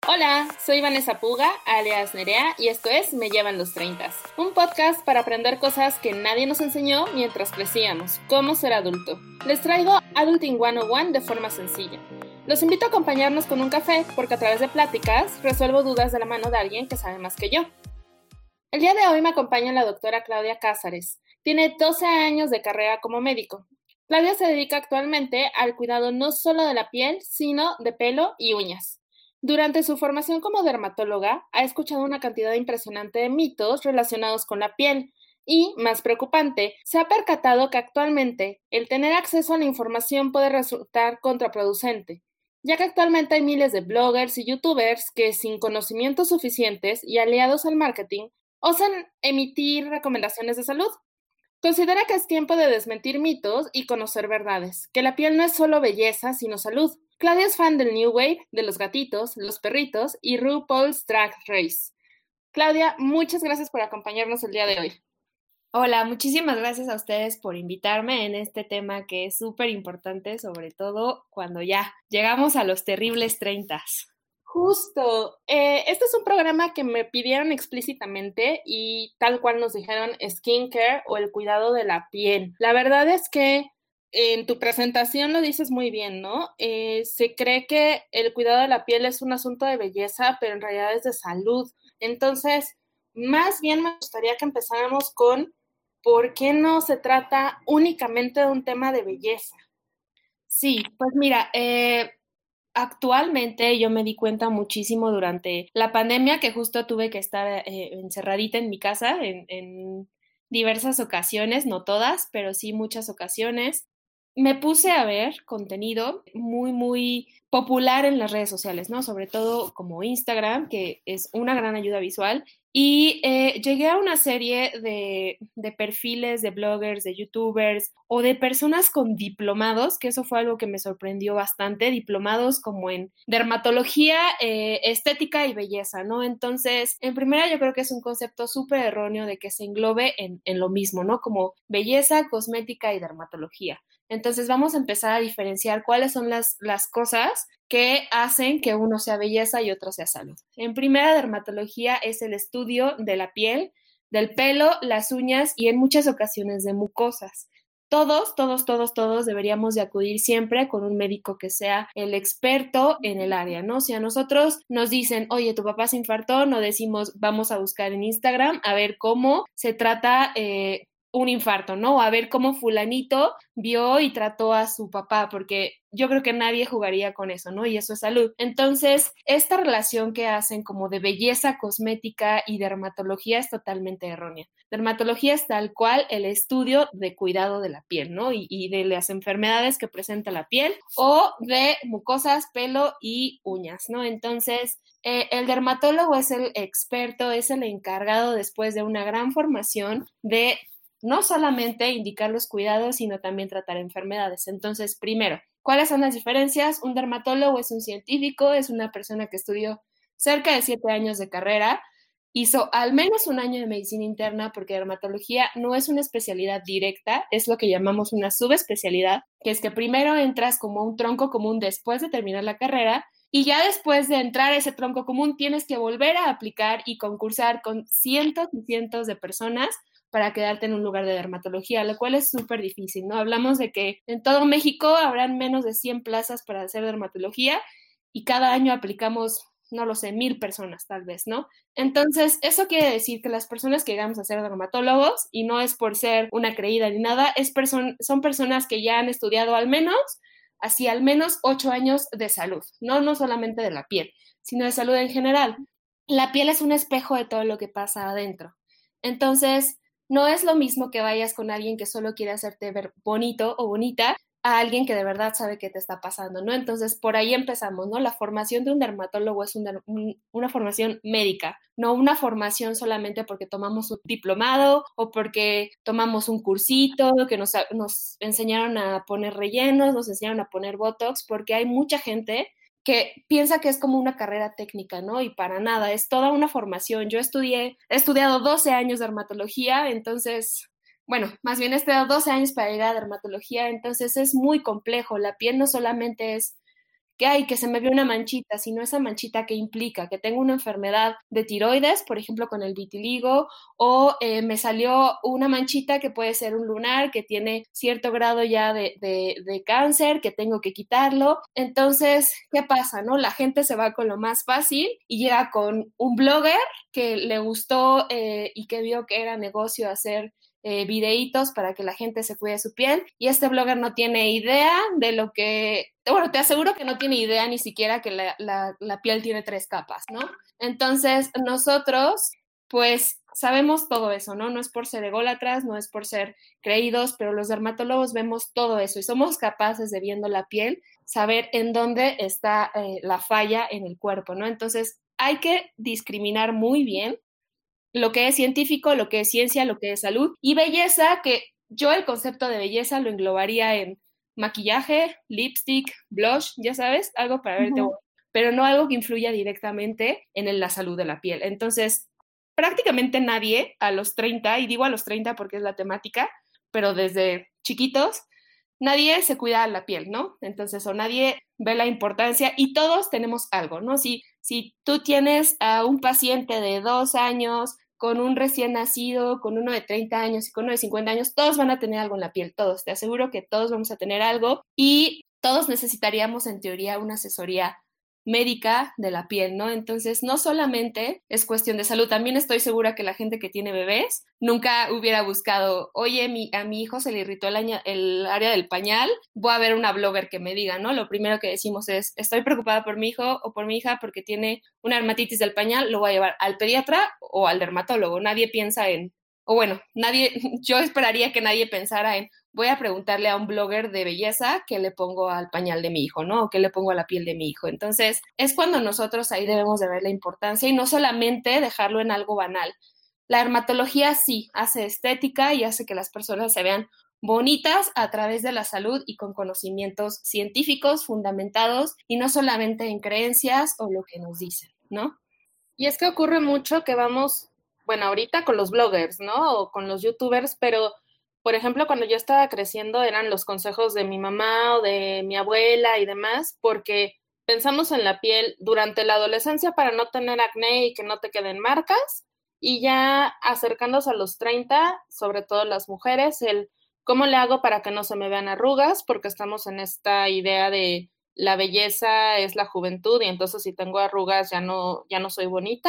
Hola, soy Vanessa Puga, alias Nerea, y esto es Me Llevan los 30, un podcast para aprender cosas que nadie nos enseñó mientras crecíamos, cómo ser adulto. Les traigo Adulting 101 de forma sencilla. Los invito a acompañarnos con un café, porque a través de pláticas resuelvo dudas de la mano de alguien que sabe más que yo. El día de hoy me acompaña la doctora Claudia Cázares. Tiene 12 años de carrera como médico. Claudia se dedica actualmente al cuidado no solo de la piel, sino de pelo y uñas. Durante su formación como dermatóloga, ha escuchado una cantidad impresionante de mitos relacionados con la piel y, más preocupante, se ha percatado que actualmente el tener acceso a la información puede resultar contraproducente, ya que actualmente hay miles de bloggers y youtubers que, sin conocimientos suficientes y aliados al marketing, osan emitir recomendaciones de salud. Considera que es tiempo de desmentir mitos y conocer verdades, que la piel no es solo belleza, sino salud. Claudia es fan del New Wave, de los gatitos, los perritos y RuPaul's Drag Race. Claudia, muchas gracias por acompañarnos el día de hoy. Hola, muchísimas gracias a ustedes por invitarme en este tema que es súper importante, sobre todo cuando ya llegamos a los terribles 30. Justo, este es un programa que me pidieron explícitamente y tal cual nos dijeron skincare o el cuidado de la piel. La verdad es que en tu presentación lo dices muy bien, ¿no? Se cree que el cuidado de la piel es un asunto de belleza, pero en realidad es de salud. Entonces, más bien me gustaría que empezáramos con por qué no se trata únicamente de un tema de belleza. Sí, pues mira, actualmente yo me di cuenta muchísimo durante la pandemia que justo tuve que estar encerradita en mi casa en diversas ocasiones, no todas, pero sí muchas ocasiones. Me puse a ver contenido muy popular en las redes sociales, ¿no? Sobre todo como Instagram, que es una gran ayuda visual. Y llegué a una serie de perfiles de bloggers, de youtubers o de personas con diplomados, que eso fue algo que me sorprendió bastante, diplomados como en dermatología, estética y belleza, ¿no? Entonces, en primera yo creo que es un concepto súper erróneo de que se englobe en lo mismo, ¿no? Como belleza, cosmética y dermatología. Entonces vamos a empezar a diferenciar cuáles son las cosas que hacen que uno sea belleza y otro sea salud. En primera, dermatología es el estudio de la piel, del pelo, las uñas y en muchas ocasiones de mucosas. Todos deberíamos de acudir siempre con un médico que sea el experto en el área, ¿no? Si a nosotros nos dicen, oye, tu papá se infartó, no decimos, vamos a buscar en Instagram a ver cómo se trata un infarto, ¿no? A ver cómo fulanito vio y trató a su papá, porque yo creo que nadie jugaría con eso, ¿no? Y eso es salud. Entonces, esta relación que hacen como de belleza cosmética y dermatología es totalmente errónea. Dermatología es tal cual el estudio de cuidado de la piel, ¿no? Y de las enfermedades que presenta la piel o de mucosas, pelo y uñas, ¿no? Entonces, el dermatólogo es el experto, es el encargado después de una gran formación de no solamente indicar los cuidados, sino también tratar enfermedades. Entonces, primero, ¿cuáles son las diferencias? Un dermatólogo es un científico, es una persona que estudió cerca de 7 años de carrera, hizo al menos un año de medicina interna porque dermatología no es una especialidad directa, es lo que llamamos una subespecialidad, que es que primero entras como un tronco común después de terminar la carrera y ya después de entrar a ese tronco común tienes que volver a aplicar y concursar con cientos y cientos de personas para quedarte en un lugar de dermatología, lo cual es súper difícil, ¿no? Hablamos de que en todo México habrán menos de 100 plazas para hacer dermatología y cada año aplicamos, no lo sé, 1,000 personas tal vez, ¿no? Entonces, eso quiere decir que las personas que llegamos a ser dermatólogos, y no es por ser una creída ni nada, son personas que ya han estudiado al menos 8 años de salud, no solamente de la piel, sino de salud en general. La piel es un espejo de todo lo que pasa adentro. Entonces, no es lo mismo que vayas con alguien que solo quiere hacerte ver bonito o bonita a alguien que de verdad sabe qué te está pasando, ¿no? Entonces, por ahí empezamos, ¿no? La formación de un dermatólogo es una formación médica, no una formación solamente porque tomamos un diplomado o porque tomamos un cursito, que nos enseñaron a poner rellenos, nos enseñaron a poner botox, porque hay mucha gente que piensa que es como una carrera técnica, ¿no? Y para nada, es toda una formación. He estudiado 12 años de dermatología, entonces, bueno, más bien he estudiado 12 años para llegar a dermatología, entonces es muy complejo. La piel no solamente es que hay, que se me vio una manchita, sino esa manchita que implica que tengo una enfermedad de tiroides, por ejemplo, con el vitiligo, o me salió una manchita que puede ser un lunar, que tiene cierto grado ya de cáncer, que tengo que quitarlo. Entonces, ¿qué pasa, no? La gente se va con lo más fácil y llega con un blogger que le gustó y que vio que era negocio hacer videitos para que la gente se cuide su piel, y este blogger no tiene idea de lo que, bueno, te aseguro que no tiene idea ni siquiera que la piel tiene 3 capas, ¿no? Entonces, nosotros, pues, sabemos todo eso, ¿no? No es por ser ególatras, no es por ser creídos, pero los dermatólogos vemos todo eso y somos capaces de, viendo la piel, saber en dónde está la falla en el cuerpo, ¿no? Entonces, hay que discriminar muy bien lo que es científico, lo que es ciencia, lo que es salud y belleza, que yo el concepto de belleza lo englobaría en maquillaje, lipstick, blush, ya sabes, algo para verte bonito, pero no algo que influya directamente en la salud de la piel. Entonces, prácticamente nadie a los 30, y digo a los 30 porque es la temática, pero desde chiquitos, nadie se cuida la piel, ¿no? Entonces, o nadie ve la importancia y todos tenemos algo, ¿no? Si tú tienes a un paciente de 2 años, con un recién nacido, con uno de 30 años y con uno de 50 años, todos van a tener algo en la piel, todos. Te aseguro que todos vamos a tener algo y todos necesitaríamos, en teoría, una asesoría médica de la piel, ¿no? Entonces, no solamente es cuestión de salud, también estoy segura que la gente que tiene bebés nunca hubiera buscado, oye, a mi hijo se le irritó el área del pañal, voy a ver una blogger que me diga, ¿no? Lo primero que decimos es, estoy preocupada por mi hijo o por mi hija porque tiene una dermatitis del pañal, lo voy a llevar al pediatra o al dermatólogo. Nadie piensa o bueno, yo esperaría que nadie pensara en, voy a preguntarle a un blogger de belleza qué le pongo al pañal de mi hijo, ¿no? O qué le pongo a la piel de mi hijo. Entonces, es cuando nosotros ahí debemos de ver la importancia y no solamente dejarlo en algo banal. La dermatología sí hace estética y hace que las personas se vean bonitas a través de la salud y con conocimientos científicos fundamentados y no solamente en creencias o lo que nos dicen, ¿no? Y es que ocurre mucho que vamos, bueno, ahorita con los bloggers, ¿no? O con los youtubers, pero, por ejemplo, cuando yo estaba creciendo eran los consejos de mi mamá o de mi abuela y demás, porque pensamos en la piel durante la adolescencia para no tener acné y que no te queden marcas, y ya acercándose a los 30, sobre todo las mujeres, el cómo le hago para que no se me vean arrugas, porque estamos en esta idea de la belleza es la juventud y entonces si tengo arrugas ya no soy bonita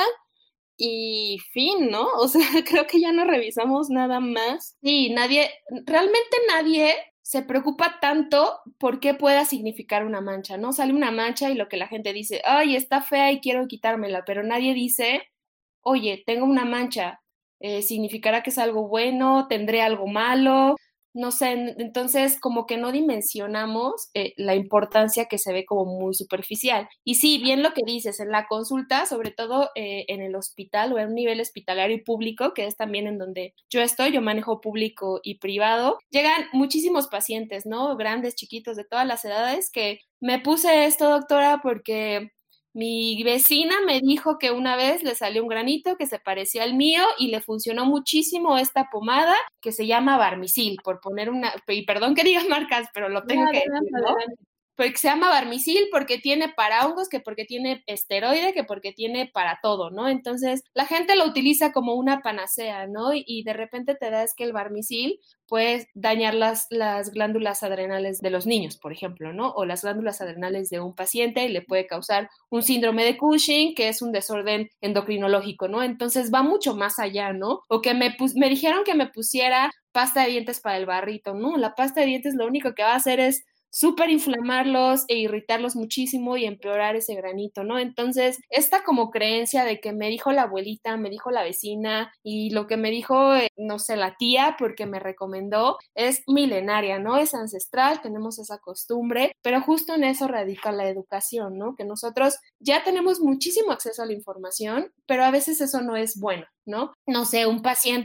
y fin, ¿no? O sea, creo que ya no revisamos nada más. Sí, realmente nadie se preocupa tanto por qué pueda significar una mancha, ¿no? Sale una mancha y lo que la gente dice, ay, está fea y quiero quitármela, pero nadie dice, oye, tengo una mancha, ¿significará que es algo bueno? ¿Tendré algo malo? No sé, entonces como que no dimensionamos la importancia que se ve como muy superficial. Y sí, bien lo que dices, en la consulta, sobre todo en el hospital o en un nivel hospitalario y público, que es también en donde yo estoy, yo manejo público y privado, llegan muchísimos pacientes, ¿no? Grandes, chiquitos, de todas las edades, que me puse esto, doctora, porque mi vecina me dijo que una vez le salió un granito que se parecía al mío y le funcionó muchísimo esta pomada que se llama Barmisil, por poner y perdón que diga marcas, pero lo tengo que decir, ¿no? Porque se llama Barmisil porque tiene para hongos, que porque tiene esteroide, que porque tiene para todo, ¿no? Entonces, la gente lo utiliza como una panacea, ¿no? Y de repente te das que el Barmisil puede dañar las glándulas adrenales de los niños, por ejemplo, ¿no? O las glándulas adrenales de un paciente y le puede causar un síndrome de Cushing, que es un desorden endocrinológico, ¿no? Entonces, va mucho más allá, ¿no? O que me dijeron que me pusiera pasta de dientes para el barrito, ¿no? La pasta de dientes lo único que va a hacer es súper inflamarlos e irritarlos muchísimo y empeorar ese granito, ¿no? Entonces, esta como creencia de que me dijo la abuelita, me dijo la vecina y lo que me dijo, no sé, la tía porque me recomendó, es milenaria, ¿no? Es ancestral, tenemos esa costumbre, pero justo en eso radica la educación, ¿no? Que nosotros ya tenemos muchísimo acceso a la información, pero a veces eso no es bueno, ¿no? No sé, un paciente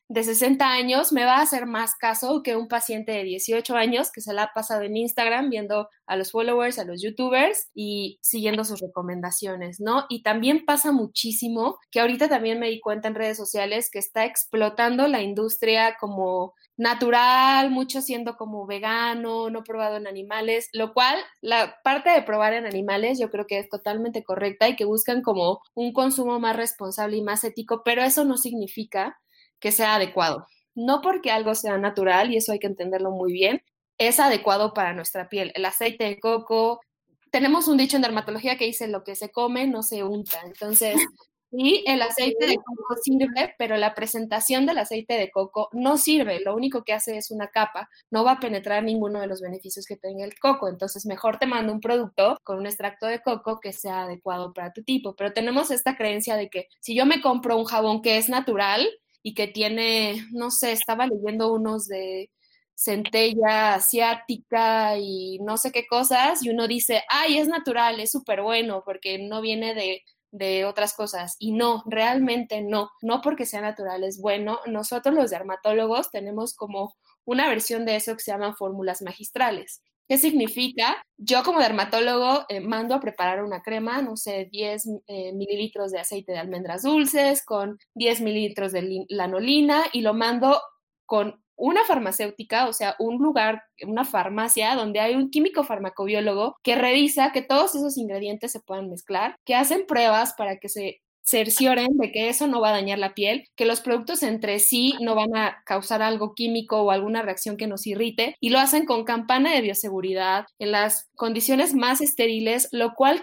de 60 años me va a hacer más caso que un paciente de 18 años que se la ha pasado en Instagram viendo a los followers, a los youtubers y siguiendo sus recomendaciones, ¿no? Y también pasa muchísimo que ahorita también me di cuenta en redes sociales que está explotando la industria como natural, mucho siendo como vegano, no probado en animales, lo cual la parte de probar en animales yo creo que es totalmente correcta y que buscan como un consumo más responsable y más ético, pero eso no significa que sea adecuado. No porque algo sea natural, y eso hay que entenderlo muy bien, es adecuado para nuestra piel. El aceite de coco, tenemos un dicho en dermatología que dice lo que se come no se unta. Entonces, sí, el aceite de coco sirve, pero la presentación del aceite de coco no sirve. Lo único que hace es una capa. No va a penetrar ninguno de los beneficios que tenga el coco. Entonces, mejor te mando un producto con un extracto de coco que sea adecuado para tu tipo. Pero tenemos esta creencia de que si yo me compro un jabón que es natural y que tiene, no sé, estaba leyendo unos de centella asiática y no sé qué cosas, y uno dice, ay, es natural, es súper bueno porque no viene de otras cosas. Y no, realmente no, no porque sea natural es bueno. Nosotros los dermatólogos tenemos como una versión de eso que se llaman fórmulas magistrales. ¿Qué significa? Yo como dermatólogo mando a preparar una crema, no sé, 10 mililitros de aceite de almendras dulces con 10 mililitros de lanolina y lo mando con una farmacéutica, o sea, un lugar, una farmacia donde hay un químico farmacobiólogo que revisa que todos esos ingredientes se puedan mezclar, que hacen pruebas para que se cercioren de que eso no va a dañar la piel, que los productos entre sí no van a causar algo químico o alguna reacción que nos irrite, y lo hacen con campana de bioseguridad en las condiciones más estériles, lo cual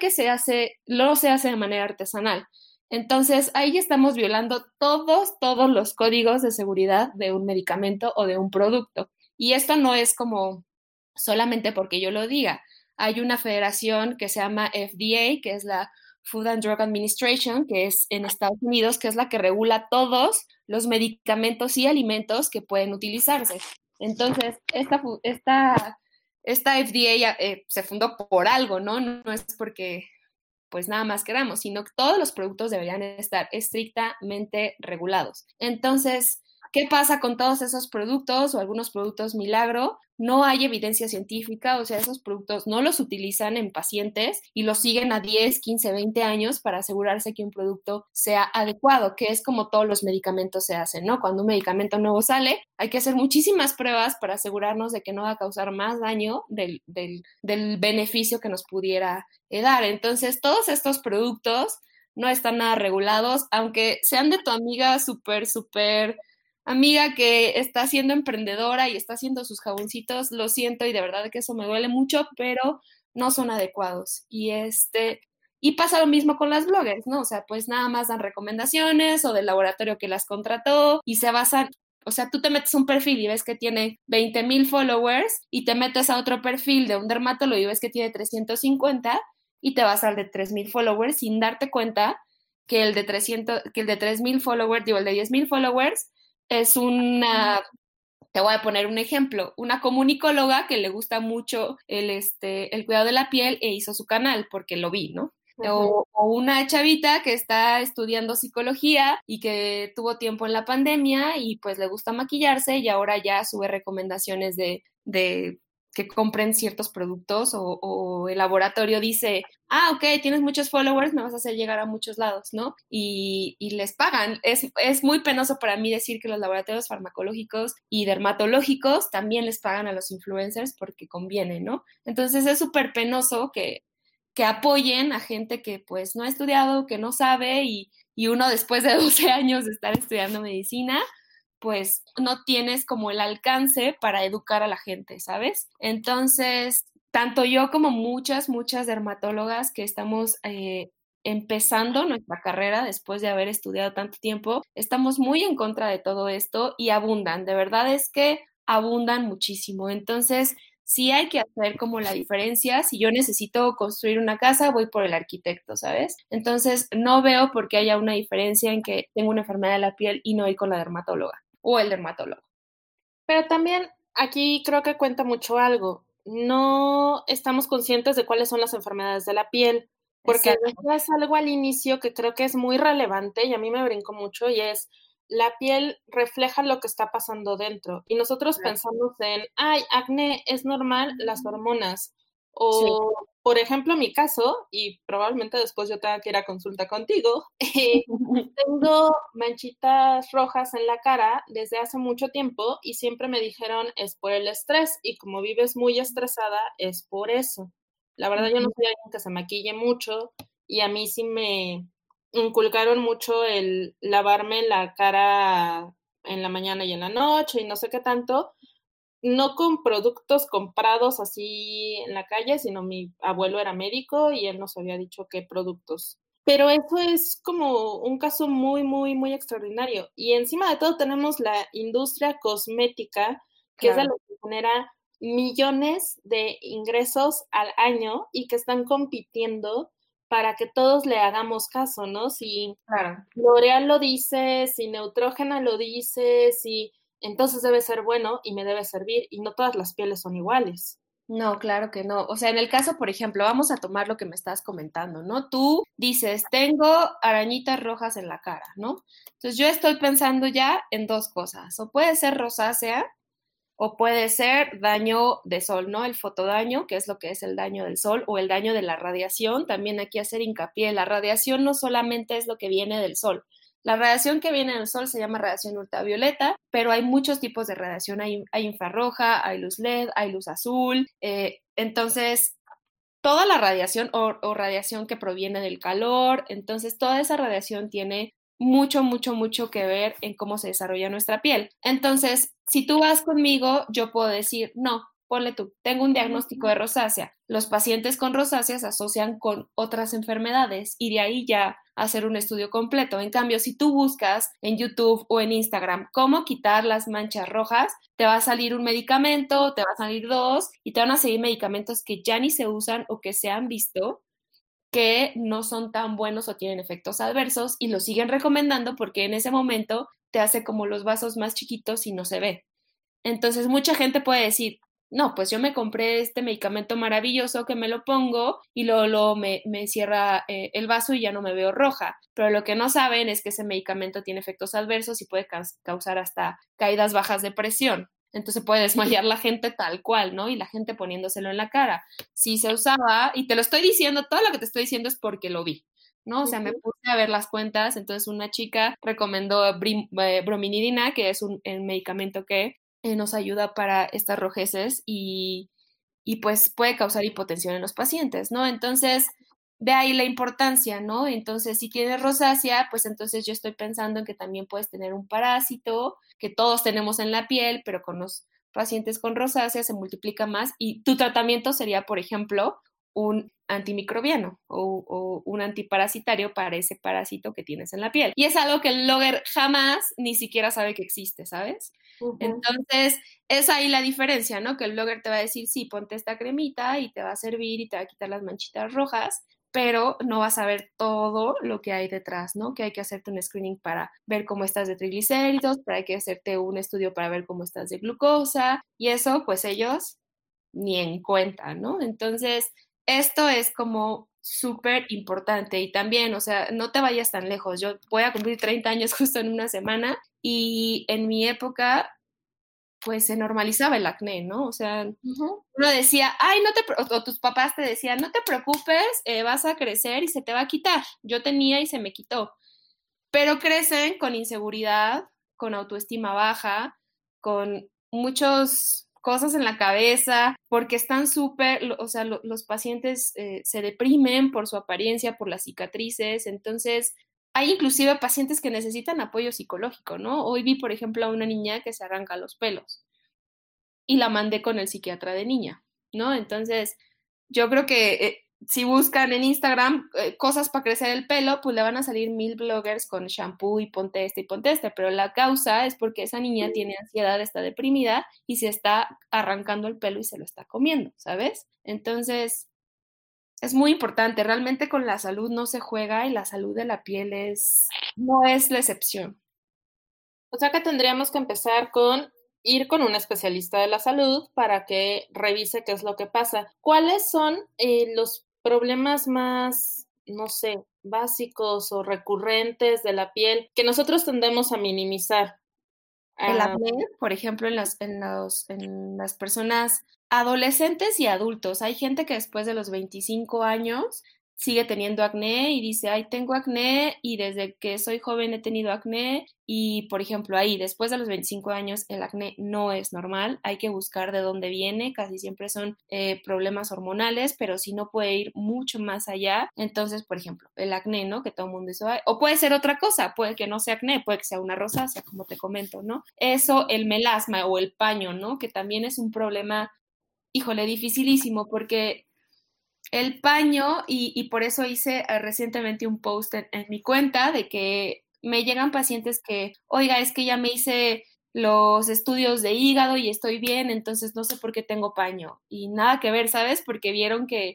no se hace de manera artesanal. Entonces, ahí estamos violando todos los códigos de seguridad de un medicamento o de un producto. Y esto no es como solamente porque yo lo diga. Hay una federación que se llama FDA, que es la Food and Drug Administration, que es en Estados Unidos, que es la que regula todos los medicamentos y alimentos que pueden utilizarse. Entonces, esta FDA se fundó por algo, ¿no? No es porque pues nada más queramos, sino que todos los productos deberían estar estrictamente regulados. Entonces, ¿qué pasa con todos esos productos o algunos productos milagro? No hay evidencia científica, o sea, esos productos no los utilizan en pacientes y los siguen a 10, 15, 20 años para asegurarse que un producto sea adecuado, que es como todos los medicamentos se hacen, ¿no? Cuando un medicamento nuevo sale, hay que hacer muchísimas pruebas para asegurarnos de que no va a causar más daño del beneficio que nos pudiera dar. Entonces, todos estos productos no están nada regulados, aunque sean de tu amiga súper amiga que está siendo emprendedora y está haciendo sus jaboncitos, lo siento y de verdad que eso me duele mucho, pero no son adecuados. Y pasa lo mismo con las bloggers, ¿no? O sea, pues nada más dan recomendaciones o del laboratorio que las contrató y se basan, o sea, tú te metes un perfil y ves que tiene 20,000 followers y te metes a otro perfil de un dermatólogo y ves que tiene 350 y te vas al de 3,000 followers sin darte cuenta que el de 3,000 followers, digo, el de 10,000 followers es te voy a poner un ejemplo, una comunicóloga que le gusta mucho el cuidado de la piel e hizo su canal porque lo vi, ¿no? O una chavita que está estudiando psicología y que tuvo tiempo en la pandemia y pues le gusta maquillarse y ahora ya sube recomendaciones de que compren ciertos productos o el laboratorio dice, ok, tienes muchos followers, me vas a hacer llegar a muchos lados, ¿no? Y les pagan. Es muy penoso para mí decir que los laboratorios farmacológicos y dermatológicos también les pagan a los influencers porque conviene, ¿no? Entonces es súper penoso que apoyen a gente que pues no ha estudiado, que no sabe y uno después de 12 años de estar estudiando medicina, pues no tienes como el alcance para educar a la gente, ¿sabes? Entonces, tanto yo como muchas dermatólogas que estamos empezando nuestra carrera después de haber estudiado tanto tiempo, estamos muy en contra de todo esto y abundan, de verdad es que abundan muchísimo. Entonces, sí hay que hacer como la diferencia. Si yo necesito construir una casa, voy por el arquitecto, ¿sabes? Entonces, no veo por qué haya una diferencia en que tengo una enfermedad de la piel y no voy con la dermatóloga o el dermatólogo. Pero también aquí creo que cuenta mucho algo. No estamos conscientes de cuáles son las enfermedades de la piel, porque decías algo al inicio que creo que es muy relevante y a mí me brincó mucho y es la piel refleja lo que está pasando dentro y nosotros pensamos en, ay, acné es normal, las hormonas. Sí. O, por ejemplo, mi caso, y probablemente después yo tenga que ir a consulta contigo, tengo manchitas rojas en la cara desde hace mucho tiempo y siempre me dijeron es por el estrés y como vives muy estresada es por eso. La verdad yo no soy alguien que se maquille mucho y a mí sí me inculcaron mucho el lavarme la cara en la mañana y en la noche y no sé qué tanto, no con productos comprados así en la calle, sino mi abuelo era médico y él nos había dicho qué productos. Pero eso es como un caso muy, muy, muy extraordinario. Y encima de todo tenemos la industria cosmética, que es de Claro. lo que genera millones de ingresos al año y que están compitiendo para que todos le hagamos caso, ¿no? Si Claro. L'Oreal lo dice, si Neutrogena lo dice, si entonces debe ser bueno y me debe servir y no todas las pieles son iguales. No, claro que no. O sea, en el caso, por ejemplo, vamos a tomar lo que me estás comentando, ¿no? Tú dices, tengo arañitas rojas en la cara, ¿no? Entonces yo estoy pensando ya en dos cosas. O puede ser rosácea o puede ser daño de sol, ¿no? El fotodaño, que es lo que es el daño del sol, o el daño de la radiación. También aquí hacer hincapié, la radiación no solamente es lo que viene del sol. La radiación que viene del sol se llama radiación ultravioleta, pero hay muchos tipos de radiación. Hay infrarroja, hay luz LED, hay luz azul. Entonces, toda la radiación o radiación que proviene del calor, entonces toda esa radiación tiene mucho, mucho, mucho que ver en cómo se desarrolla nuestra piel. Entonces, si tú vas conmigo, yo puedo decir, no, ponle tú, tengo un diagnóstico de rosácea. Los pacientes con rosácea se asocian con otras enfermedades y de ahí ya hacer un estudio completo. En cambio, si tú buscas en YouTube o en Instagram cómo quitar las manchas rojas, te va a salir un medicamento, te va a salir dos y te van a salir medicamentos que ya ni se usan o que se han visto que no son tan buenos o tienen efectos adversos y lo siguen recomendando porque en ese momento te hace como los vasos más chiquitos y no se ve. Entonces mucha gente puede decir, no, pues yo me compré este medicamento maravilloso que me lo pongo y luego me cierra el vaso y ya no me veo roja. Pero lo que no saben es que ese medicamento tiene efectos adversos y puede causar hasta caídas bajas de presión. Entonces puede desmayar la gente tal cual, ¿no? Y la gente poniéndoselo en la cara. Si se usaba, y te lo estoy diciendo, todo lo que te estoy diciendo es porque lo vi, ¿no? O sea, me puse a ver las cuentas, entonces una chica recomendó brominidina, que es un medicamento que nos ayuda para estas rojeces y pues puede causar hipotensión en los pacientes, ¿no? Entonces, de ahí la importancia, ¿no? Entonces, si tienes rosácea, pues entonces yo estoy pensando en que también puedes tener un parásito que todos tenemos en la piel, pero con los pacientes con rosácea se multiplica más y tu tratamiento sería, por ejemplo, un antimicrobiano o un antiparasitario para ese parásito que tienes en la piel. Y es algo que el blogger jamás ni siquiera sabe que existe, ¿sabes? Entonces, es ahí la diferencia, ¿no? Que el blogger te va a decir, sí, ponte esta cremita y te va a servir y te va a quitar las manchitas rojas, pero no vas a ver todo lo que hay detrás, ¿no? Que hay que hacerte un screening para ver cómo estás de triglicéridos, para hay que hacerte un estudio para ver cómo estás de glucosa, y eso, pues ellos ni en cuenta, ¿no? Entonces, esto es como súper importante y también, o sea, no te vayas tan lejos. Yo voy a cumplir 30 años justo en una semana y en mi época, pues se normalizaba el acné, ¿no? O sea, uno decía, ay, o tus papás te decían, no te preocupes, vas a crecer y se te va a quitar. Yo tenía y se me quitó. Pero crecen con inseguridad, con autoestima baja, con muchas cosas en la cabeza, porque están súper, o sea, los pacientes se deprimen por su apariencia, por las cicatrices, entonces hay inclusive pacientes que necesitan apoyo psicológico, ¿no? Hoy vi, por ejemplo, a una niña que se arranca los pelos y la mandé con el psiquiatra de niña, ¿no? Entonces, yo creo que si buscan en Instagram cosas para crecer el pelo, pues le van a salir 1000 bloggers con shampoo y ponte este, pero la causa es porque esa niña tiene ansiedad, está deprimida y se está arrancando el pelo y se lo está comiendo, ¿sabes? Entonces, es muy importante, realmente con la salud no se juega y la salud de la piel no es la excepción. O sea que tendríamos que empezar con ir con un especialista de la salud para que revise qué es lo que pasa. ¿Cuáles son los problemas más no sé, básicos o recurrentes de la piel que nosotros tendemos a minimizar. El Ah, acné, por ejemplo, en las personas adolescentes y adultos. Hay gente que después de los 25 años sigue teniendo acné y dice, ay, tengo acné y desde que soy joven he tenido acné y, por ejemplo, ahí, después de los 25 años, el acné no es normal. Hay que buscar de dónde viene. Casi siempre son problemas hormonales, pero si no puede ir mucho más allá. Entonces, por ejemplo, el acné, ¿no? Que todo el mundo dice, "Ay", o puede ser otra cosa, puede que no sea acné, puede que sea una rosácea, como te comento, ¿no? Eso, el melasma o el paño, ¿no? Que también es un problema, híjole, dificilísimo, porque el paño, y por eso hice recientemente un post en mi cuenta de que me llegan pacientes que, oiga, es que ya me hice los estudios de hígado y estoy bien, entonces no sé por qué tengo paño. Y nada que ver, ¿sabes? Porque vieron que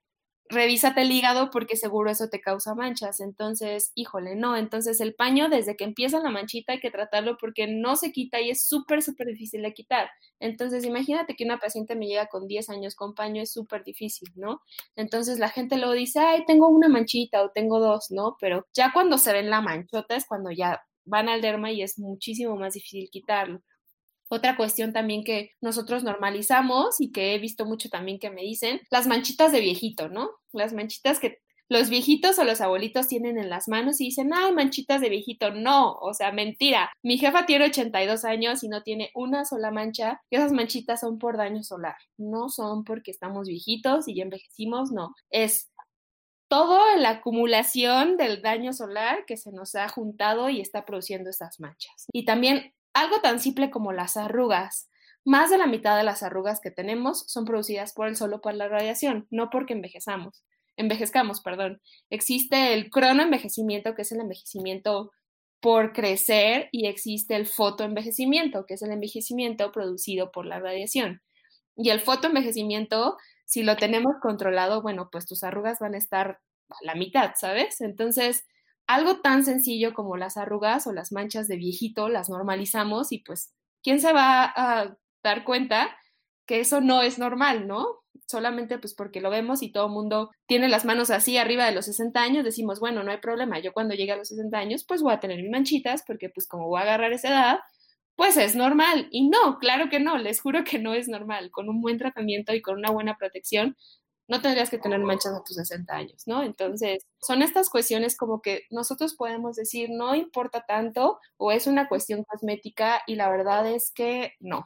revísate el hígado porque seguro eso te causa manchas. Entonces, híjole, no. Entonces, el paño, desde que empieza la manchita, hay que tratarlo porque no se quita y es súper, súper difícil de quitar. Entonces, imagínate que una paciente me llega con 10 años con paño, es súper difícil, ¿no? Entonces, la gente luego dice, ay, tengo una manchita o tengo dos, ¿no? Pero ya cuando se ven la manchota es cuando ya van al derma y es muchísimo más difícil quitarlo. Otra cuestión también que nosotros normalizamos y que he visto mucho también que me dicen, las manchitas de viejito, ¿no? Las manchitas que los viejitos o los abuelitos tienen en las manos y dicen, ay, manchitas de viejito. No, o sea, mentira. Mi jefa tiene 82 años y no tiene una sola mancha. Y esas manchitas son por daño solar. No son porque estamos viejitos y ya envejecimos, no. Es todo la acumulación del daño solar que se nos ha juntado y está produciendo estas manchas. Y también algo tan simple como las arrugas. Más de la mitad de las arrugas que tenemos son producidas por el sol o por la radiación, no porque envejezcamos, perdón. Existe el cronoenvejecimiento, que es el envejecimiento por crecer, y existe el fotoenvejecimiento, que es el envejecimiento producido por la radiación. Y el fotoenvejecimiento, si lo tenemos controlado, bueno, pues tus arrugas van a estar a la mitad, ¿sabes? Entonces, algo tan sencillo como las arrugas o las manchas de viejito las normalizamos y pues, ¿quién se va a dar cuenta que eso no es normal, ¿no? Solamente pues porque lo vemos y todo el mundo tiene las manos así arriba de los 60 años, decimos, bueno, no hay problema, yo cuando llegue a los 60 años pues voy a tener mis manchitas porque pues como voy a agarrar esa edad, pues es normal. Y no, claro que no, les juro que no es normal. Con un buen tratamiento y con una buena protección, no tendrías que tener manchas a tus 60 años, ¿no? Entonces, son estas cuestiones como que nosotros podemos decir, no importa tanto o es una cuestión cosmética y la verdad es que no.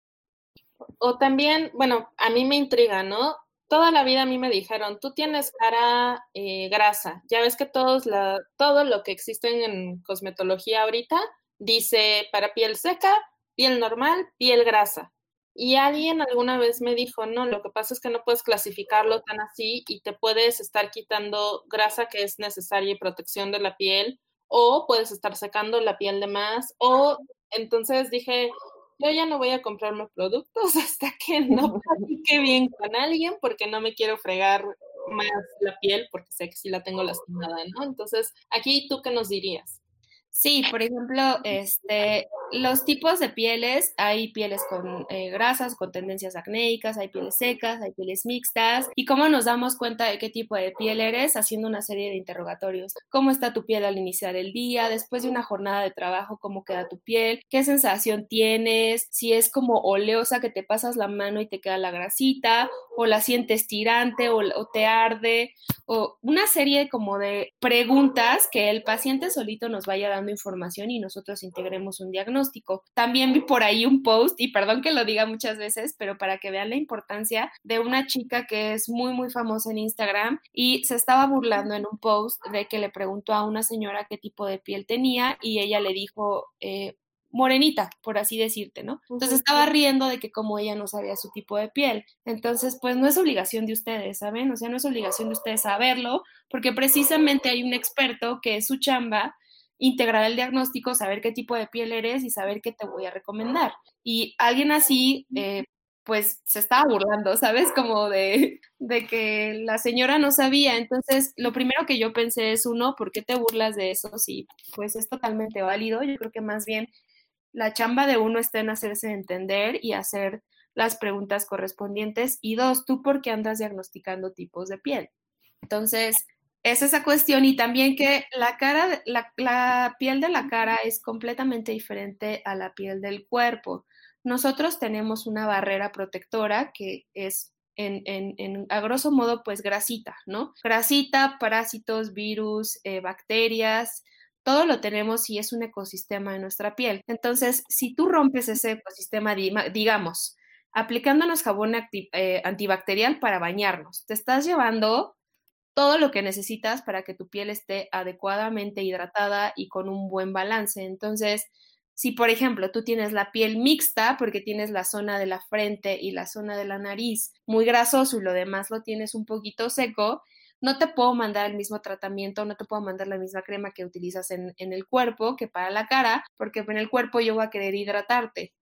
o también, bueno, a mí me intriga, ¿no? Toda la vida a mí me dijeron, tú tienes cara grasa. Ya ves que todo lo que existe en cosmetología ahorita dice para piel seca, piel normal, piel grasa. Y alguien alguna vez me dijo, no, lo que pasa es que no puedes clasificarlo tan así y te puedes estar quitando grasa que es necesaria y protección de la piel, o puedes estar secando la piel de más, o entonces dije, yo ya no voy a comprarme productos hasta que no platique bien con alguien porque no me quiero fregar más la piel porque sé que sí la tengo lastimada, ¿no? Entonces, aquí, ¿tú qué nos dirías? Sí, por ejemplo, los tipos de pieles, hay pieles con grasas, con tendencias acnéicas, hay pieles secas, hay pieles mixtas. ¿Y cómo nos damos cuenta de qué tipo de piel eres? Haciendo una serie de interrogatorios. ¿Cómo está tu piel al iniciar el día? Después de una jornada de trabajo, ¿cómo queda tu piel? ¿Qué sensación tienes? Si es como oleosa que te pasas la mano y te queda la grasita, o la sientes tirante, o te arde, o una serie como de preguntas que el paciente solito nos vaya dando información y nosotros integremos un diagnóstico. También vi por ahí un post, y perdón que lo diga muchas veces, pero para que vean la importancia de una chica que es muy, muy famosa en Instagram y se estaba burlando en un post de que le preguntó a una señora qué tipo de piel tenía y ella le dijo, morenita, por así decirte, ¿no? Entonces estaba riendo de que como ella no sabía su tipo de piel. Entonces, pues no es obligación de ustedes, ¿saben? O sea, no es obligación de ustedes saberlo, porque precisamente hay un experto que es su chamba integrar el diagnóstico, saber qué tipo de piel eres y saber qué te voy a recomendar. Y alguien así, pues se estaba burlando, ¿sabes? Como de que la señora no sabía. Entonces, lo primero que yo pensé es, uno, ¿por qué te burlas de eso? Sí, pues es totalmente válido. Yo creo que más bien la chamba de uno está en hacerse entender y hacer las preguntas correspondientes. Y dos, ¿tú por qué andas diagnosticando tipos de piel? Entonces, Es esa cuestión y también que la cara, la piel de la cara es completamente diferente a la piel del cuerpo. Nosotros tenemos una barrera protectora que es a grosso modo pues grasita, ¿no? Grasita, parásitos, virus, bacterias, todo lo tenemos y es un ecosistema de nuestra piel. Entonces, si tú rompes ese ecosistema, digamos, aplicándonos jabón antibacterial para bañarnos, te estás llevando todo lo que necesitas para que tu piel esté adecuadamente hidratada y con un buen balance. Entonces, si por ejemplo tú tienes la piel mixta porque tienes la zona de la frente y la zona de la nariz muy grasoso y lo demás lo tienes un poquito seco, no te puedo mandar el mismo tratamiento, no te puedo mandar la misma crema que utilizas en el cuerpo que para la cara, porque en el cuerpo yo voy a querer hidratarte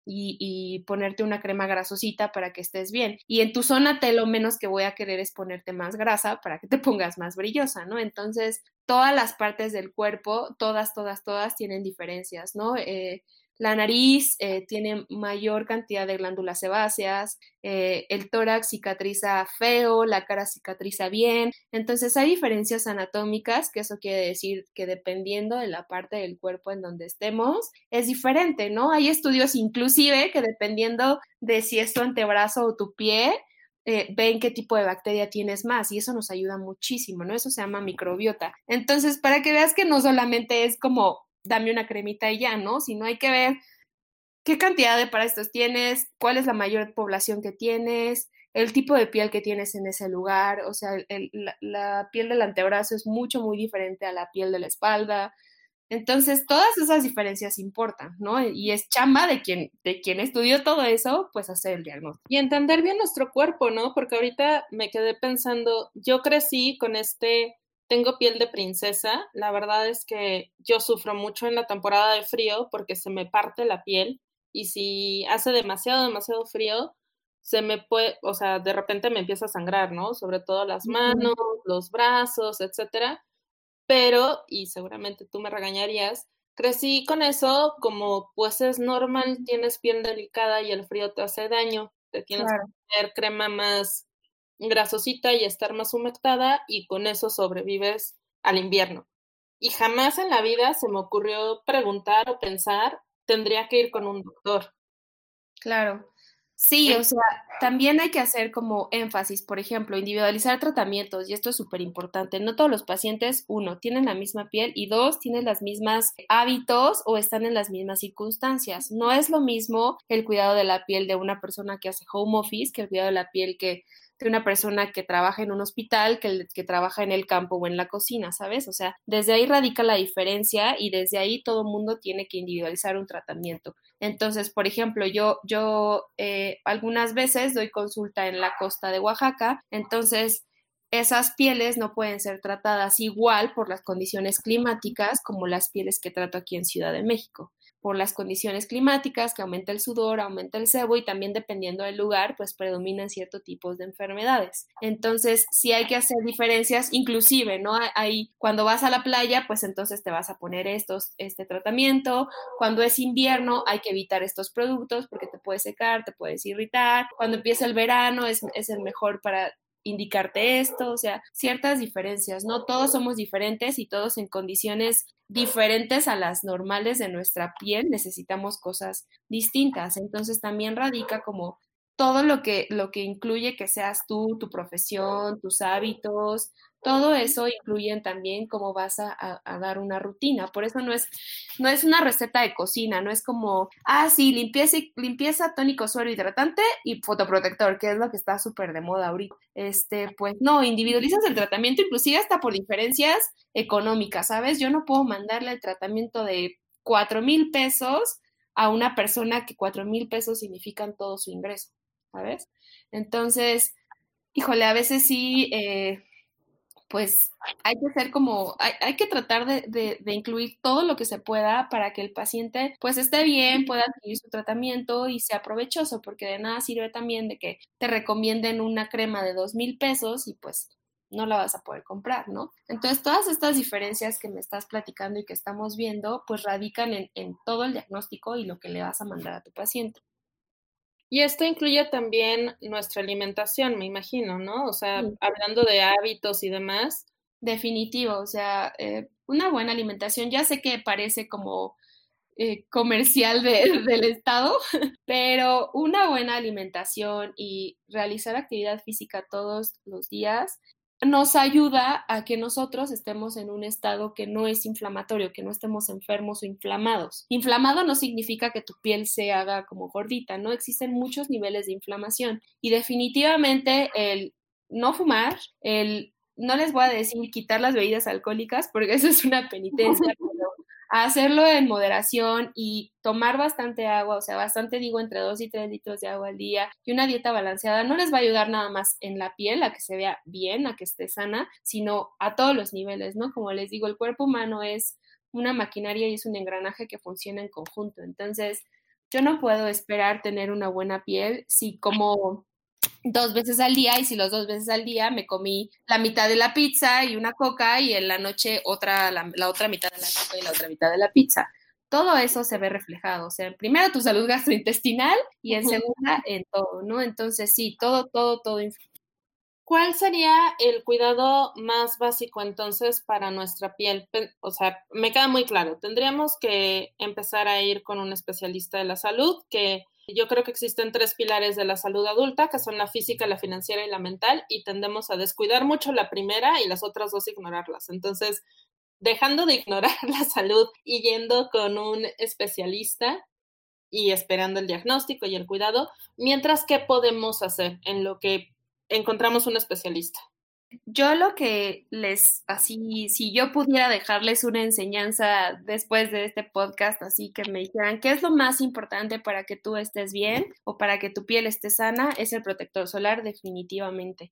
y ponerte una crema grasosita para que estés bien. Y en tu zona T lo menos que voy a querer es ponerte más grasa para que te pongas más brillosa, ¿no? Entonces, todas las partes del cuerpo, todas tienen diferencias, ¿no? La nariz tiene mayor cantidad de glándulas sebáceas, el tórax cicatriza feo, la cara cicatriza bien. Entonces hay diferencias anatómicas, que eso quiere decir que dependiendo de la parte del cuerpo en donde estemos, es diferente, ¿no? Hay estudios inclusive que dependiendo de si es tu antebrazo o tu pie, ven qué tipo de bacteria tienes más y eso nos ayuda muchísimo, ¿no? Eso se llama microbiota. Entonces, para que veas que no solamente es como dame una cremita y ya, ¿no? Sino hay que ver qué cantidad de parásitos tienes, cuál es la mayor población que tienes, el tipo de piel que tienes en ese lugar, o sea, la piel del antebrazo es muy diferente a la piel de la espalda. Entonces, todas esas diferencias importan, ¿no? Y es chamba de quien estudió todo eso, pues hacer el diagnóstico. Y entender bien nuestro cuerpo, ¿no? Porque ahorita me quedé pensando, yo crecí con tengo piel de princesa, la verdad es que yo sufro mucho en la temporada de frío porque se me parte la piel y si hace demasiado frío, se me puede, o sea, de repente me empieza a sangrar, ¿no? Sobre todo las manos, los brazos, etcétera. Pero, y seguramente tú me regañarías, crecí con eso como pues es normal, tienes piel delicada y el frío te hace daño, te tienes Claro. que poner crema más grasosita y estar más humectada y con eso sobrevives al invierno. Y jamás en la vida se me ocurrió preguntar o pensar, tendría que ir con un doctor. Claro. Sí, o sea, también hay que hacer como énfasis, por ejemplo, individualizar tratamientos, y esto es súper importante. No todos los pacientes, uno, tienen la misma piel y dos, tienen las mismas hábitos o están en las mismas circunstancias. No es lo mismo el cuidado de la piel de una persona que hace home office que el cuidado de la piel de una persona que trabaja en un hospital, que trabaja en el campo o en la cocina, ¿sabes? O sea, desde ahí radica la diferencia y desde ahí todo mundo tiene que individualizar un tratamiento. Entonces, por ejemplo, yo algunas veces doy consulta en la costa de Oaxaca, entonces esas pieles no pueden ser tratadas igual por las condiciones climáticas como las pieles que trato aquí en Ciudad de México. Por las condiciones climáticas, que aumenta el sudor, aumenta el sebo y también dependiendo del lugar, pues predominan ciertos tipos de enfermedades. Entonces, sí hay que hacer diferencias, inclusive, ¿no? Hay, cuando vas a la playa, pues entonces te vas a poner este tratamiento. Cuando es invierno, hay que evitar estos productos porque te puedes secar, te puedes irritar. Cuando empieza el verano, es el mejor para indicarte esto, o sea, ciertas diferencias, ¿no? Todos somos diferentes y todos en condiciones diferentes a las normales de nuestra piel necesitamos cosas distintas. Entonces también radica como todo lo que incluye que seas tú, tu profesión, tus hábitos, todo eso incluyen también cómo vas a dar una rutina. Por eso no es una receta de cocina, no es como, sí, limpieza, tónico, suero, hidratante y fotoprotector, que es lo que está súper de moda ahorita. Pues no, individualizas el tratamiento, inclusive hasta por diferencias económicas, ¿sabes? Yo no puedo mandarle el tratamiento de 4,000 pesos a una persona que 4,000 pesos significan todo su ingreso, ¿sabes? Entonces, híjole, a veces sí, pues hay que ser como, hay que tratar de incluir todo lo que se pueda para que el paciente pues esté bien, pueda adquirir su tratamiento y sea provechoso, porque de nada sirve también de que te recomienden una crema de 2,000 pesos y pues no la vas a poder comprar, ¿no? Entonces todas estas diferencias que me estás platicando y que estamos viendo pues radican en todo el diagnóstico y lo que le vas a mandar a tu paciente. Y esto incluye también nuestra alimentación, me imagino, ¿no? O sea, Sí. hablando de hábitos y demás, Definitivo, o sea, una buena alimentación, ya sé que parece como comercial del Estado, pero una buena alimentación y realizar actividad física todos los días nos ayuda a que nosotros estemos en un estado que no es inflamatorio, que no estemos enfermos o inflamados. Inflamado no significa que tu piel se haga como gordita, ¿no? Existen muchos niveles de inflamación y definitivamente el no fumar, no les voy a decir quitar las bebidas alcohólicas porque eso es una penitencia, a hacerlo en moderación y tomar bastante agua, o sea, bastante digo entre 2 y 3 litros de agua al día y una dieta balanceada no les va a ayudar nada más en la piel a que se vea bien, a que esté sana, sino a todos los niveles, ¿no? Como les digo, el cuerpo humano es una maquinaria y es un engranaje que funciona en conjunto. Entonces, yo no puedo esperar tener una buena piel si como 2 veces al día y si los 2 veces al día me comí la mitad de la pizza y una coca y en la noche la otra mitad de la coca y la otra mitad de la pizza. Todo eso se ve reflejado, o sea, en primero tu salud gastrointestinal y en segunda en todo, ¿no? Entonces sí, todo influye. ¿Cuál sería el cuidado más básico entonces para nuestra piel? O sea, me queda muy claro, tendríamos que empezar a ir con un especialista de la salud, que yo creo que existen 3 pilares de la salud adulta, que son la física, la financiera y la mental, y tendemos a descuidar mucho la primera y las otras 2 ignorarlas. Entonces, dejando de ignorar la salud y yendo con un especialista y esperando el diagnóstico y el cuidado, mientras, ¿qué podemos hacer en lo que encontramos un especialista? Yo lo que así, si yo pudiera dejarles una enseñanza después de este podcast, así que me dijeran, ¿qué es lo más importante para que tú estés bien o para que tu piel esté sana? Es el protector solar, definitivamente.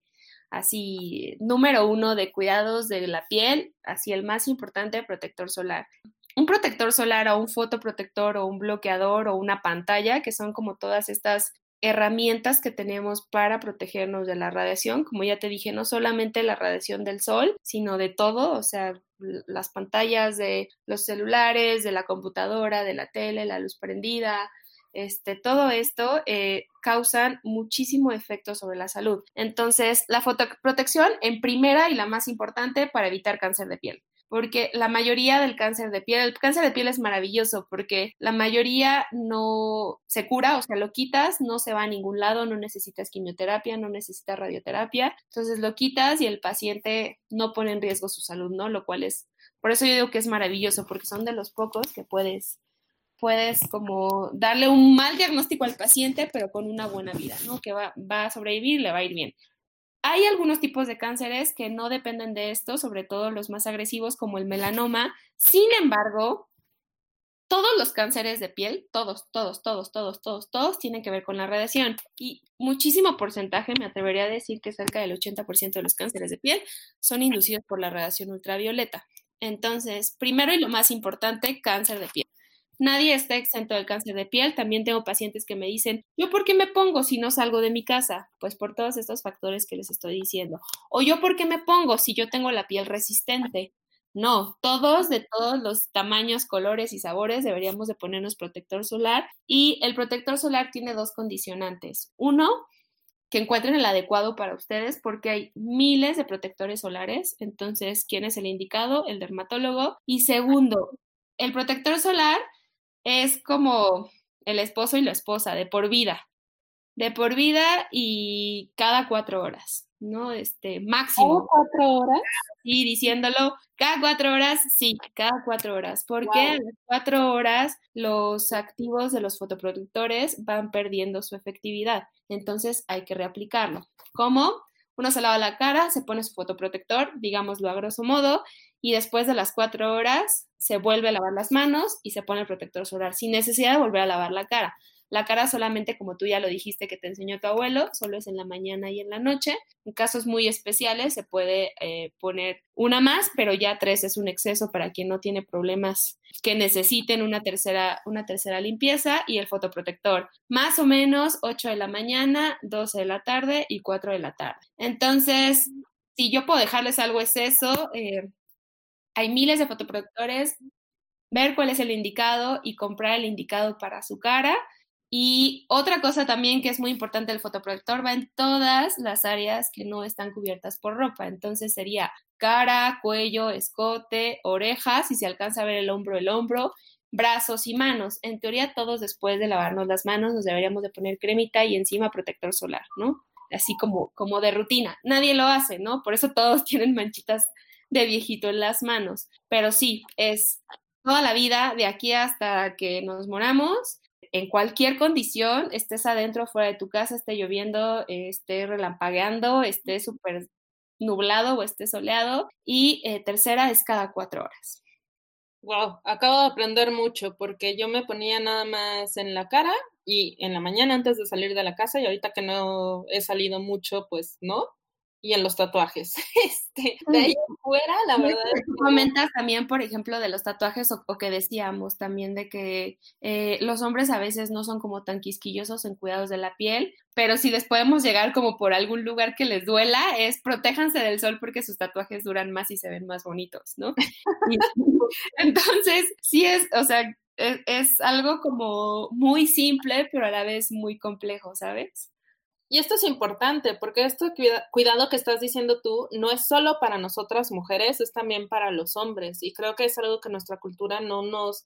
Así, número 1 de cuidados de la piel, así el más importante, protector solar. Un protector solar o un fotoprotector o un bloqueador o una pantalla, que son como todas estas herramientas que tenemos para protegernos de la radiación. Como ya te dije, no solamente la radiación del sol, sino de todo, o sea, las pantallas de los celulares, de la computadora, de la tele, la luz prendida, todo esto causan muchísimo efecto sobre la salud. Entonces, la fotoprotección en primera y la más importante para evitar cáncer de piel. Porque la mayoría del cáncer de piel, el cáncer de piel es maravilloso porque la mayoría no se cura, o sea, lo quitas, no se va a ningún lado, no necesitas quimioterapia, no necesitas radioterapia, entonces lo quitas y el paciente no pone en riesgo su salud, ¿no? Lo cual es, por eso yo digo que es maravilloso, porque son de los pocos que puedes como darle un mal diagnóstico al paciente, pero con una buena vida, ¿no? Que va a sobrevivir, le va a ir bien. Hay algunos tipos de cánceres que no dependen de esto, sobre todo los más agresivos como el melanoma. Sin embargo, todos los cánceres de piel, todos tienen que ver con la radiación. Y muchísimo porcentaje, me atrevería a decir que cerca del 80% de los cánceres de piel son inducidos por la radiación ultravioleta. Entonces, primero y lo más importante, cáncer de piel. Nadie está exento del cáncer de piel. También tengo pacientes que me dicen, ¿yo por qué me pongo si no salgo de mi casa? Pues por todos estos factores que les estoy diciendo. O yo por qué me pongo si yo tengo la piel resistente. No, todos de todos los tamaños, colores y sabores deberíamos de ponernos protector solar. Y el protector solar tiene 2 condicionantes. Uno, que encuentren el adecuado para ustedes porque hay miles de protectores solares. Entonces, ¿quién es el indicado? El dermatólogo. Y segundo, el protector solar es como el esposo y la esposa, de por vida y cada 4 horas, ¿no? Máximo. ¿Cada 4 horas? Y diciéndolo, cada 4 horas, sí, cada 4 horas, porque a las 4 horas los activos de los fotoprotectores van perdiendo su efectividad, entonces hay que reaplicarlo. ¿Cómo? Uno se lava la cara, se pone su fotoprotector, digámoslo a grosso modo, y después de las 4 horas se vuelve a lavar las manos y se pone el protector solar sin necesidad de volver a lavar la cara. La cara solamente, como tú ya lo dijiste que te enseñó tu abuelo, solo es en la mañana y en la noche. En casos muy especiales se puede poner una más, pero ya 3 es un exceso para quien no tiene problemas que necesiten una tercera limpieza. Y el fotoprotector, más o menos 8 de la mañana, 12 de la tarde y 4 de la tarde. Entonces, si yo puedo dejarles algo es eso. Hay miles de fotoprotectores, ver cuál es el indicado y comprar el indicado para su cara. Y otra cosa también que es muy importante, el fotoprotector va en todas las áreas que no están cubiertas por ropa. Entonces sería cara, cuello, escote, orejas, y se alcanza a ver el hombro, brazos y manos. En teoría, todos después de lavarnos las manos nos deberíamos de poner cremita y encima protector solar, ¿no? Así como de rutina. Nadie lo hace, ¿no? Por eso todos tienen manchitas de viejito en las manos. Pero sí, es toda la vida, de aquí hasta que nos moramos, en cualquier condición, estés adentro o fuera de tu casa, esté lloviendo, esté relampagueando, esté súper nublado o esté soleado. Y tercera es cada 4 horas. Wow, acabo de aprender mucho porque yo me ponía nada más en la cara y en la mañana antes de salir de la casa, y ahorita que no he salido mucho, pues no, y en los tatuajes. De ahí fuera, la verdad. Tú comentas también, por ejemplo, de los tatuajes o que decíamos también de que los hombres a veces no son como tan quisquillosos en cuidados de la piel, pero si les podemos llegar como por algún lugar que les duela, es protéjanse del sol porque sus tatuajes duran más y se ven más bonitos, ¿no? Entonces, sí o sea, es algo como muy simple, pero a la vez muy complejo, ¿sabes? Y esto es importante, porque este cuidado que estás diciendo tú no es solo para nosotras mujeres, es también para los hombres. Y creo que es algo que nuestra cultura no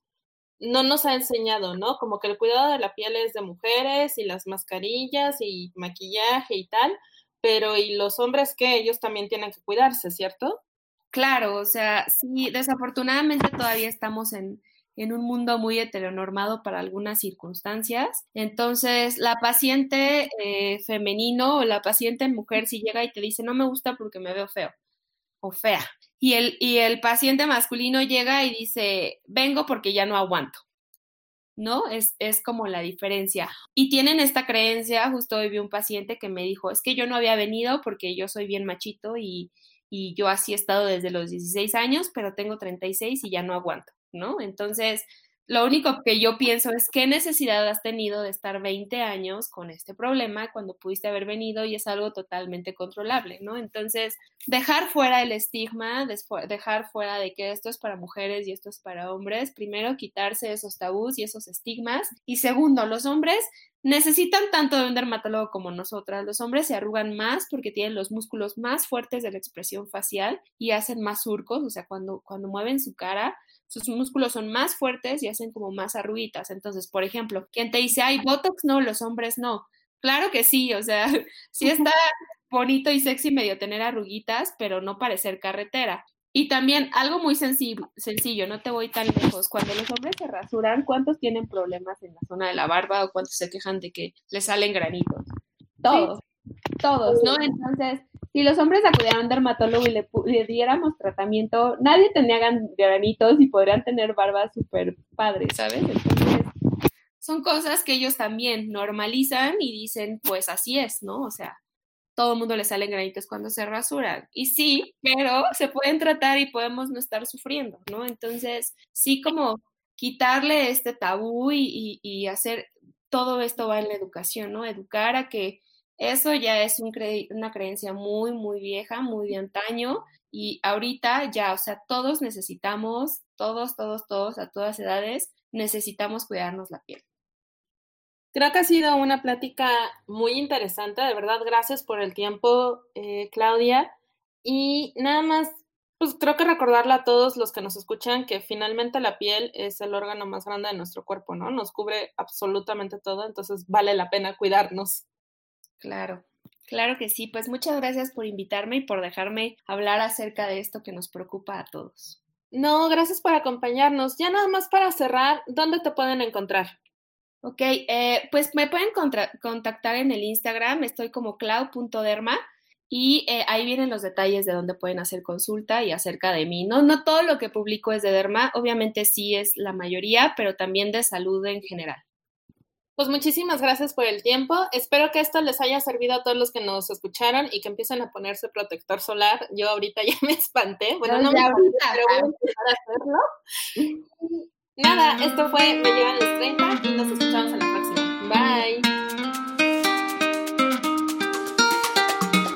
nos ha enseñado, ¿no? Como que el cuidado de la piel es de mujeres y las mascarillas y maquillaje y tal, pero ¿y los hombres qué? Ellos también tienen que cuidarse, ¿cierto? Claro, o sea, sí, desafortunadamente todavía estamos en un mundo muy heteronormado para algunas circunstancias. Entonces, la paciente femenino o la paciente mujer, si llega y te dice, no me gusta porque me veo feo o fea, y el paciente masculino llega y dice, vengo porque ya no aguanto, ¿no? Es como la diferencia. Y tienen esta creencia, justo hoy vi un paciente que me dijo, es que yo no había venido porque yo soy bien machito y yo así he estado desde los 16 años, pero tengo 36 y ya no aguanto, ¿no? Entonces, lo único que yo pienso es qué necesidad has tenido de estar 20 años con este problema cuando pudiste haber venido y es algo totalmente controlable, ¿no? Entonces, dejar fuera el estigma, dejar fuera de que esto es para mujeres y esto es para hombres, primero quitarse esos tabús y esos estigmas, y segundo, los hombres necesitan tanto de un dermatólogo como nosotras. Los hombres se arrugan más porque tienen los músculos más fuertes de la expresión facial y hacen más surcos, o sea, cuando mueven su cara, sus músculos son más fuertes y hacen como más arruguitas. Entonces, por ejemplo, quien te dice, ay, Botox no, los hombres no. Claro que sí, o sea, sí está bonito y sexy medio tener arruguitas, pero no parecer carretera. Y también algo muy sencillo, no te voy tan lejos. Cuando los hombres se rasuran, ¿cuántos tienen problemas en la zona de la barba o cuántos se quejan de que les salen granitos? Todos, todos, ¿no? Entonces, si los hombres acudieran a un dermatólogo y le diéramos tratamiento, nadie tenía granitos y podrían tener barbas súper padres, ¿sabes? Entonces, son cosas que ellos también normalizan y dicen, pues así es, ¿no? O sea, todo el mundo le salen granitos cuando se rasuran. Y sí, pero se pueden tratar y podemos no estar sufriendo, ¿no? Entonces, sí, como quitarle este tabú y hacer, todo esto va en la educación, ¿no? Educar a que eso ya es una creencia muy, muy vieja, muy de antaño, y ahorita ya, o sea, todos necesitamos, todos, a todas edades, necesitamos cuidarnos la piel. Creo que ha sido una plática muy interesante, de verdad, gracias por el tiempo, Claudia. Y nada más, pues creo que recordarle a todos los que nos escuchan que finalmente la piel es el órgano más grande de nuestro cuerpo, ¿no? Nos cubre absolutamente todo, entonces vale la pena cuidarnos. Claro, claro que sí. Pues muchas gracias por invitarme y por dejarme hablar acerca de esto que nos preocupa a todos. No, gracias por acompañarnos. Ya nada más para cerrar, ¿dónde te pueden encontrar? Ok, pues me pueden contactar en el Instagram, estoy como clau.derma y ahí vienen los detalles de dónde pueden hacer consulta y acerca de mí. No todo lo que publico es de derma, obviamente sí es la mayoría, pero también de salud en general. Pues muchísimas gracias por el tiempo. Espero que esto les haya servido a todos los que nos escucharon y que empiecen a ponerse protector solar. Yo ahorita ya me espanté. Bueno, no me espanté, pero voy a empezar a hacerlo. Nada, esto fue Me Llevan los 30 y nos escuchamos en la próxima.